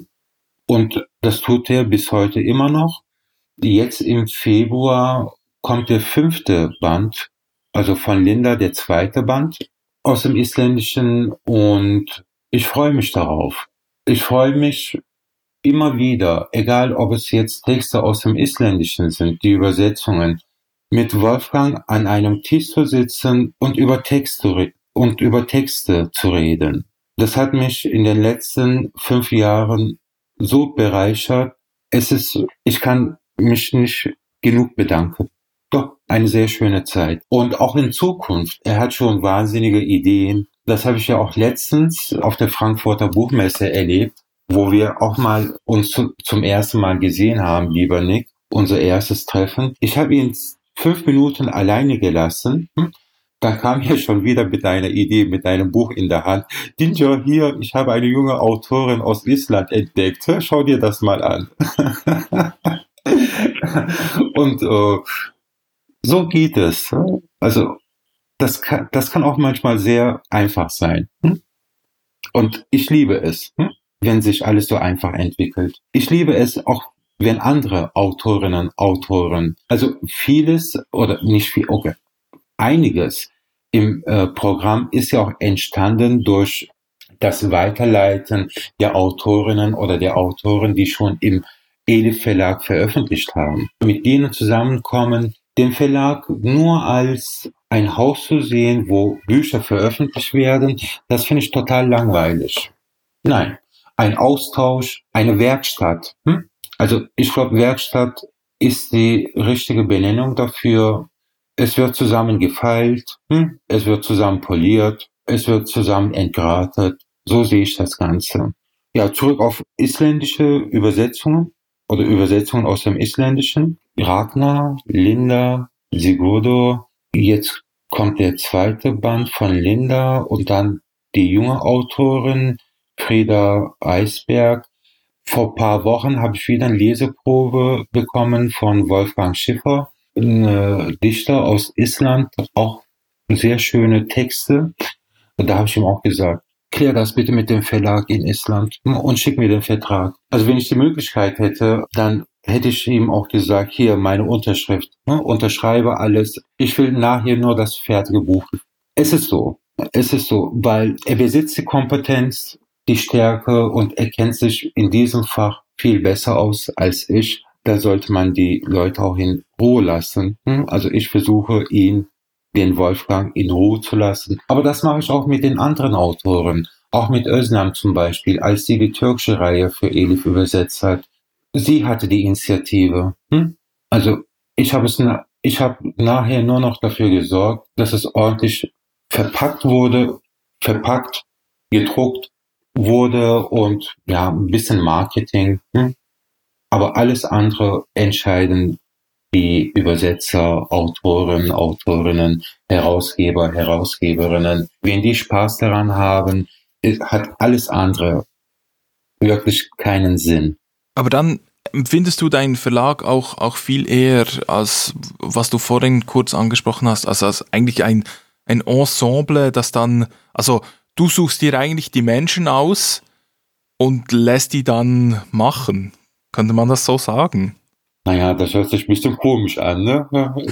Speaker 1: Und das tut er bis heute immer noch. Jetzt im Februar kommt der 5. Band, also von Linda der 2. Band aus dem Isländischen und ich freue mich darauf. Ich freue mich immer wieder, egal ob es jetzt Texte aus dem Isländischen sind, die Übersetzungen, mit Wolfgang an einem Tisch zu sitzen und über Texte zu reden. Das hat mich in den letzten 5 Jahren so bereichert. Ich kann mich nicht genug bedanken. Doch, eine sehr schöne Zeit. Und auch in Zukunft. Er hat schon wahnsinnige Ideen. Das habe ich ja auch letztens auf der Frankfurter Buchmesse erlebt, wo wir auch mal uns zum ersten Mal gesehen haben, lieber Nick. Unser erstes Treffen. Ich habe ihn 5 Minuten alleine gelassen. dann kam er schon wieder mit einer Idee, mit einem Buch in der Hand. Ginger, hier, ich habe eine junge Autorin aus Island entdeckt. Schau dir das mal an. Und so geht es. Also das kann auch manchmal sehr einfach sein. Und ich liebe es, wenn sich alles so einfach entwickelt. Ich liebe es auch, wenn andere Autorinnen, Autoren, also vieles oder nicht viel, okay, einiges im Programm ist ja auch entstanden durch das Weiterleiten der Autorinnen oder der Autoren, die schon im Elif Verlag veröffentlicht haben. Mit denen zusammenkommen, den Verlag nur als ein Haus zu sehen, wo Bücher veröffentlicht werden, das finde ich total langweilig. Nein, ein Austausch, eine Werkstatt. Also ich glaube, Werkstatt ist die richtige Benennung dafür. Es wird zusammen gefeilt, es wird zusammen poliert, es wird zusammen entgratet. So sehe ich das Ganze. Ja, zurück auf isländische Übersetzungen oder Übersetzungen aus dem Isländischen. Ragnar, Linda, Sigurdur. Jetzt kommt der zweite Band von Linda und dann die junge Autorin Frida Eisberg. Vor ein paar Wochen habe ich wieder eine Leseprobe bekommen von Wolfgang Schiffer, ein Dichter aus Island, auch sehr schöne Texte. Und da habe ich ihm auch gesagt, klär das bitte mit dem Verlag in Island und schick mir den Vertrag. Also wenn ich die Möglichkeit hätte, dann hätte ich ihm auch gesagt, hier meine Unterschrift, unterschreibe alles. Ich will nachher nur das fertige Buch. Es ist so, weil er besitzt die Kompetenz, die Stärke und er kennt sich in diesem Fach viel besser aus als ich. Da sollte man die Leute auch in Ruhe lassen. Also ich versuche den Wolfgang in Ruhe zu lassen. Aber das mache ich auch mit den anderen Autoren. Auch mit Özlem zum Beispiel, als sie die türkische Reihe für Elif übersetzt hat. Sie hatte die Initiative. Also ich habe nachher nur noch dafür gesorgt, dass es ordentlich verpackt, gedruckt wurde und ja, ein bisschen Marketing. Aber alles andere entscheiden die Übersetzer, Autoren, Autorinnen, Herausgeber, Herausgeberinnen. Wenn die Spaß daran haben, hat alles andere wirklich keinen Sinn.
Speaker 2: Aber dann empfindest du deinen Verlag auch viel eher als, was du vorhin kurz angesprochen hast, also als eigentlich ein Ensemble, das dann, also du suchst dir eigentlich die Menschen aus und lässt die dann machen. Könnte man das so sagen?
Speaker 1: Naja, das hört sich ein bisschen komisch an, ne?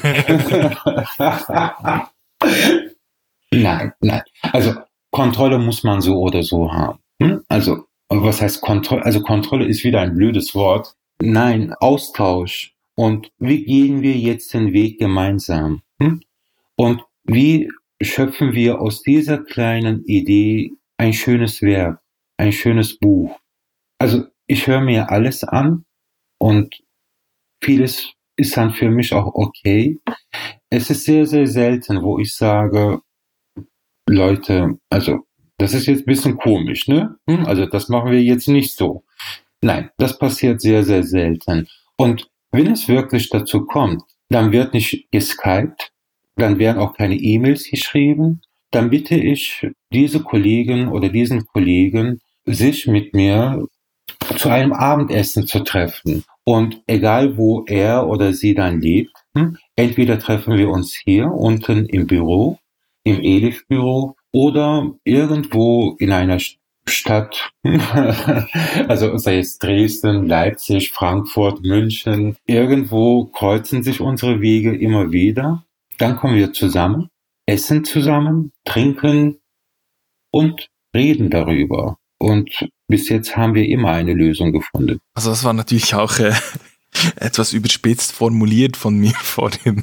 Speaker 1: Nein. Also Kontrolle muss man so oder so haben. Also was heißt Kontrolle? Also Kontrolle ist wieder ein blödes Wort. Nein, Austausch. Und wie gehen wir jetzt den Weg gemeinsam? Und wie schöpfen wir aus dieser kleinen Idee ein schönes Werk, ein schönes Buch? Also ich höre mir alles an und vieles ist dann für mich auch okay. Es ist sehr, sehr selten, wo ich sage, Leute, also das ist jetzt ein bisschen komisch, ne? Also das machen wir jetzt nicht so. Nein, das passiert sehr, sehr selten. Und wenn es wirklich dazu kommt, dann wird nicht geskypt, dann werden auch keine E-Mails geschrieben. Dann bitte ich diese Kollegin oder diesen Kollegen, sich mit mir zu einem Abendessen zu treffen. Und egal, wo er oder sie dann lebt, entweder treffen wir uns hier unten im Büro, im Elif-Büro oder irgendwo in einer Stadt, also sei es Dresden, Leipzig, Frankfurt, München, irgendwo kreuzen sich unsere Wege immer wieder. Dann kommen wir zusammen, essen zusammen, trinken und reden darüber. Und bis jetzt haben wir immer eine Lösung gefunden.
Speaker 2: Also das war natürlich auch etwas überspitzt formuliert von mir vorhin.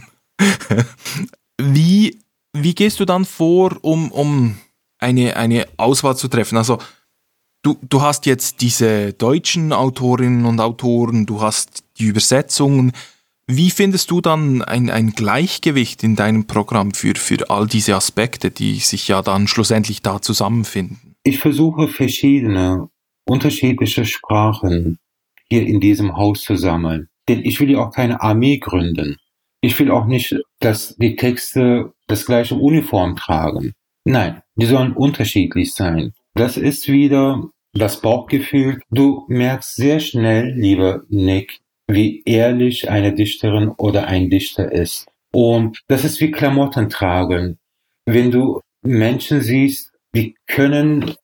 Speaker 2: Wie gehst du dann vor, um eine Auswahl zu treffen? Also du hast jetzt diese deutschen Autorinnen und Autoren, du hast die Übersetzungen. Wie findest du dann ein Gleichgewicht in deinem Programm für all diese Aspekte, die sich ja dann schlussendlich da zusammenfinden?
Speaker 1: Ich versuche unterschiedliche Sprachen hier in diesem Haus zu sammeln. Denn ich will ja auch keine Armee gründen. Ich will auch nicht, dass die Texte das gleiche Uniform tragen. Nein, die sollen unterschiedlich sein. Das ist wieder das Bauchgefühl. Du merkst sehr schnell, lieber Nick, wie ehrlich eine Dichterin oder ein Dichter ist. Und das ist wie Klamotten tragen. Wenn du Menschen siehst, die können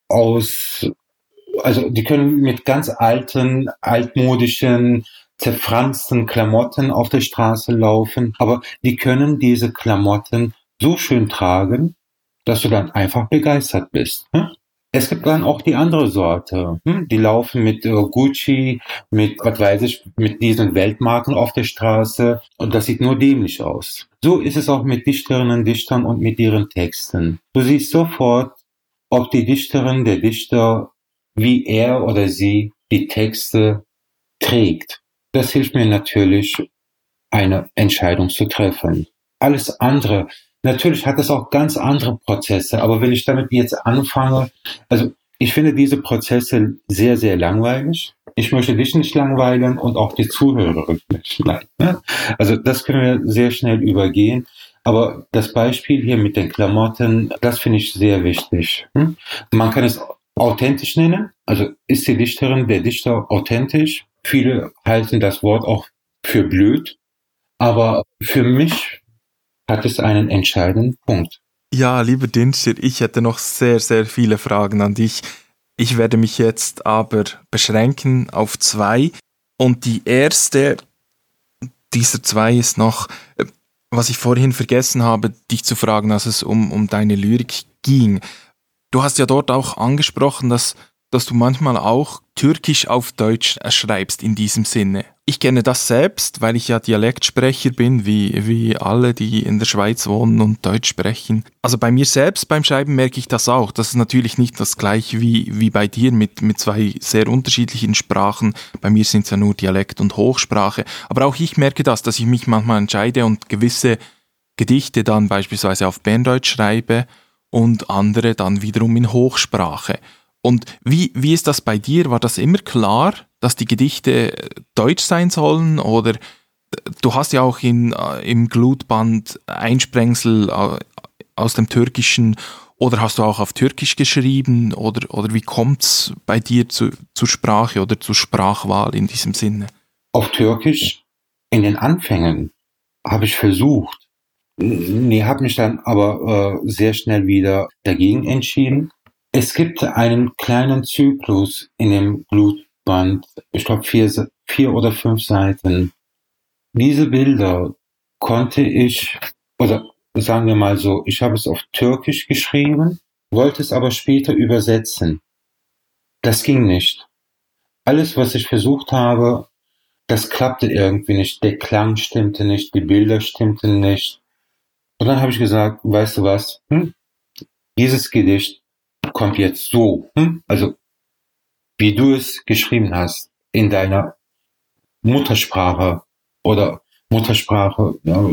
Speaker 1: mit ganz alten, altmodischen, zerfransten Klamotten auf der Straße laufen, aber die können diese Klamotten so schön tragen, dass du dann einfach begeistert bist. Es gibt dann auch die andere Sorte. Die laufen mit Gucci, mit, was weiß ich, mit diesen Weltmarken auf der Straße und das sieht nur dämlich aus. So ist es auch mit Dichterinnen und Dichtern und mit ihren Texten. Du siehst sofort, ob die Dichterin, der Dichter, wie er oder sie die Texte trägt. Das hilft mir natürlich, eine Entscheidung zu treffen. Alles andere, natürlich hat es auch ganz andere Prozesse, aber wenn ich damit jetzt anfange, also ich finde diese Prozesse sehr, sehr langweilig. Ich möchte dich nicht langweilen und auch die Zuhörer nicht. Also das können wir sehr schnell übergehen. Aber das Beispiel hier mit den Klamotten, das finde ich sehr wichtig. Man kann es authentisch nennen. Also ist die Dichterin, der Dichter authentisch? Viele halten das Wort auch für blöd. Aber für mich hat es einen entscheidenden Punkt.
Speaker 2: Ja, lieber Dinscher, ich hätte noch sehr, sehr viele Fragen an dich. Ich werde mich jetzt aber beschränken auf 2. Und die erste dieser 2 ist noch, was ich vorhin vergessen habe, dich zu fragen, als es um deine Lyrik ging. Du hast ja dort auch angesprochen, dass du manchmal auch Türkisch auf Deutsch schreibst in diesem Sinne. Ich kenne das selbst, weil ich ja Dialektsprecher bin, wie alle, die in der Schweiz wohnen und Deutsch sprechen. Also bei mir selbst beim Schreiben merke ich das auch. Das ist natürlich nicht das gleiche wie bei dir mit 2 sehr unterschiedlichen Sprachen. Bei mir sind es ja nur Dialekt und Hochsprache. Aber auch ich merke das, dass ich mich manchmal entscheide und gewisse Gedichte dann beispielsweise auf Berndeutsch schreibe und andere dann wiederum in Hochsprache. Und wie ist das bei dir? War das immer klar, dass die Gedichte deutsch sein sollen? Oder du hast ja auch im Glutband Einsprengsel aus dem Türkischen, oder hast du auch auf Türkisch geschrieben? Oder wie kommt's bei dir zur Sprache oder zur Sprachwahl in diesem Sinne?
Speaker 1: Auf Türkisch in den Anfängen habe ich versucht. Nee, habe mich dann aber sehr schnell wieder dagegen entschieden. Es gibt einen kleinen Zyklus in dem Blutband, ich glaube 4 oder 5 Seiten. Diese Bilder konnte ich, oder sagen wir mal so, ich habe es auf Türkisch geschrieben, wollte es aber später übersetzen. Das ging nicht. Alles, was ich versucht habe, das klappte irgendwie nicht. Der Klang stimmte nicht, die Bilder stimmten nicht. Und dann habe ich gesagt, weißt du was, dieses Gedicht kommt jetzt so, also wie du es geschrieben hast, in deiner Muttersprache oder Muttersprache. Ja,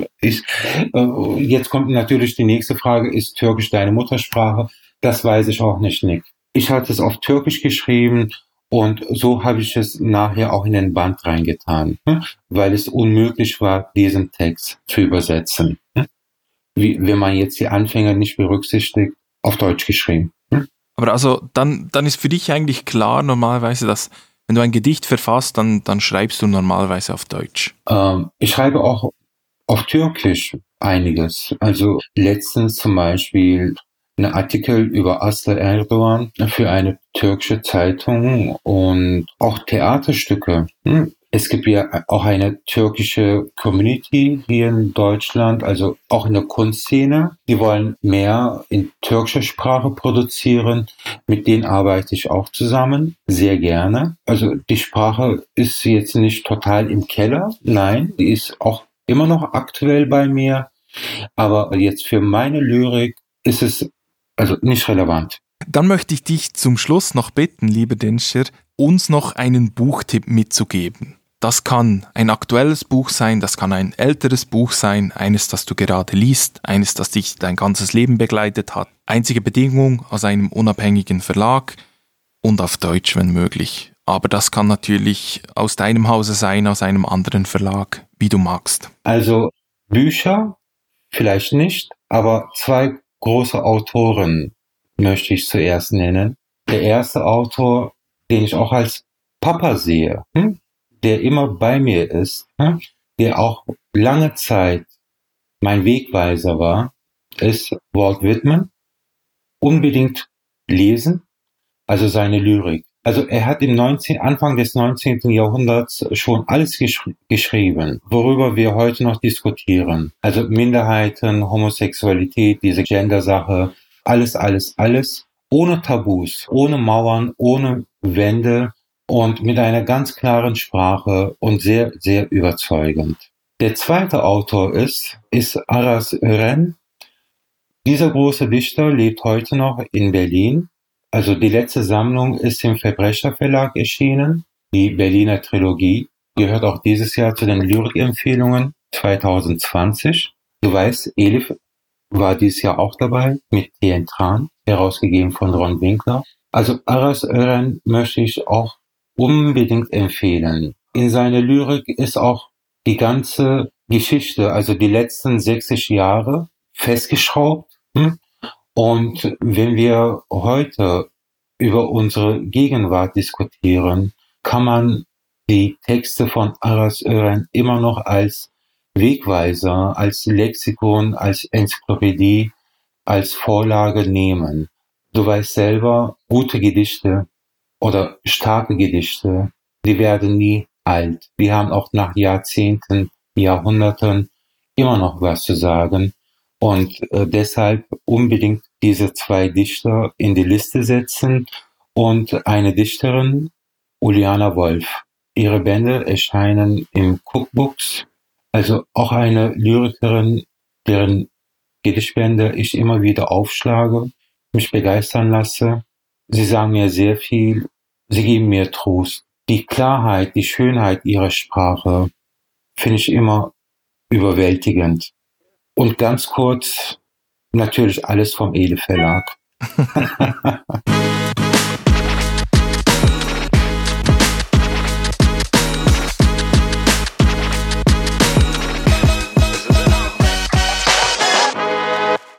Speaker 1: jetzt kommt natürlich die nächste Frage, ist Türkisch deine Muttersprache? Das weiß ich auch nicht, Nick. Ich hatte es auf Türkisch geschrieben und so habe ich es nachher auch in den Band reingetan, weil es unmöglich war, diesen Text zu übersetzen. Wie, wenn man jetzt die Anfänger nicht berücksichtigt, auf Deutsch geschrieben.
Speaker 2: Aber also dann ist für dich eigentlich klar normalerweise, dass wenn du ein Gedicht verfasst, dann schreibst du normalerweise auf Deutsch.
Speaker 1: Ich schreibe auch auf Türkisch einiges. Also letztens zum Beispiel einen Artikel über Aslı Erdoğan für eine türkische Zeitung und auch Theaterstücke. Es gibt ja auch eine türkische Community hier in Deutschland, also auch in der Kunstszene. Die wollen mehr in türkischer Sprache produzieren. Mit denen arbeite ich auch zusammen, sehr gerne. Also die Sprache ist jetzt nicht total im Keller, nein, die ist auch immer noch aktuell bei mir. Aber jetzt für meine Lyrik ist es also nicht relevant.
Speaker 2: Dann möchte ich dich zum Schluss noch bitten, lieber Dinscher, uns noch einen Buchtipp mitzugeben. Das kann ein aktuelles Buch sein, das kann ein älteres Buch sein, eines, das du gerade liest, eines, das dich dein ganzes Leben begleitet hat. Einzige Bedingung aus einem unabhängigen Verlag und auf Deutsch, wenn möglich. Aber das kann natürlich aus deinem Hause sein, aus einem anderen Verlag, wie du magst.
Speaker 1: Also Bücher vielleicht nicht, Aber zwei große Autoren möchte ich zuerst nennen. Der erste Autor, den ich auch als Papa sehe, der immer bei mir ist, der auch lange Zeit mein Wegweiser war, ist Walt Whitman. Unbedingt lesen, also seine Lyrik. Also er hat Anfang des 19. Jahrhunderts schon alles geschrieben, worüber wir heute noch diskutieren. Also Minderheiten, Homosexualität, diese Gender-Sache, alles, ohne Tabus, ohne Mauern, ohne Wände und mit einer ganz klaren Sprache und sehr, sehr überzeugend. Der zweite Autor ist Aras Ören. Dieser große Dichter lebt heute noch in Berlin. Also die letzte Sammlung ist im Verbrecherverlag erschienen. Die Berliner Trilogie gehört auch dieses Jahr zu den Lyrikempfehlungen 2020. Du weißt, Elif war dieses Jahr auch dabei mit Tien Tran, herausgegeben von Ron Winkler. Also Aras Ören möchte ich auch unbedingt empfehlen. In seiner Lyrik ist auch die ganze Geschichte, also die letzten 60 Jahre, festgeschraubt. Und wenn wir heute über unsere Gegenwart diskutieren, kann man die Texte von Aras Ören immer noch als Wegweiser, als Lexikon, als Enzyklopädie, als Vorlage nehmen. Du weißt selber, gute Gedichte oder starke Gedichte, die werden nie alt. Die haben auch nach Jahrzehnten, Jahrhunderten immer noch was zu sagen. Und deshalb unbedingt diese zwei Dichter in die Liste setzen und eine Dichterin, Uliana Wolf. Ihre Bände erscheinen im Cookbooks, also auch eine Lyrikerin, deren Gedichtbände ich immer wieder aufschlage, mich begeistern lasse. Sie sagen mir sehr viel, sie geben mir Trost. Die Klarheit, die Schönheit ihrer Sprache finde ich immer überwältigend. Und ganz kurz, natürlich alles vom Ele Verlag.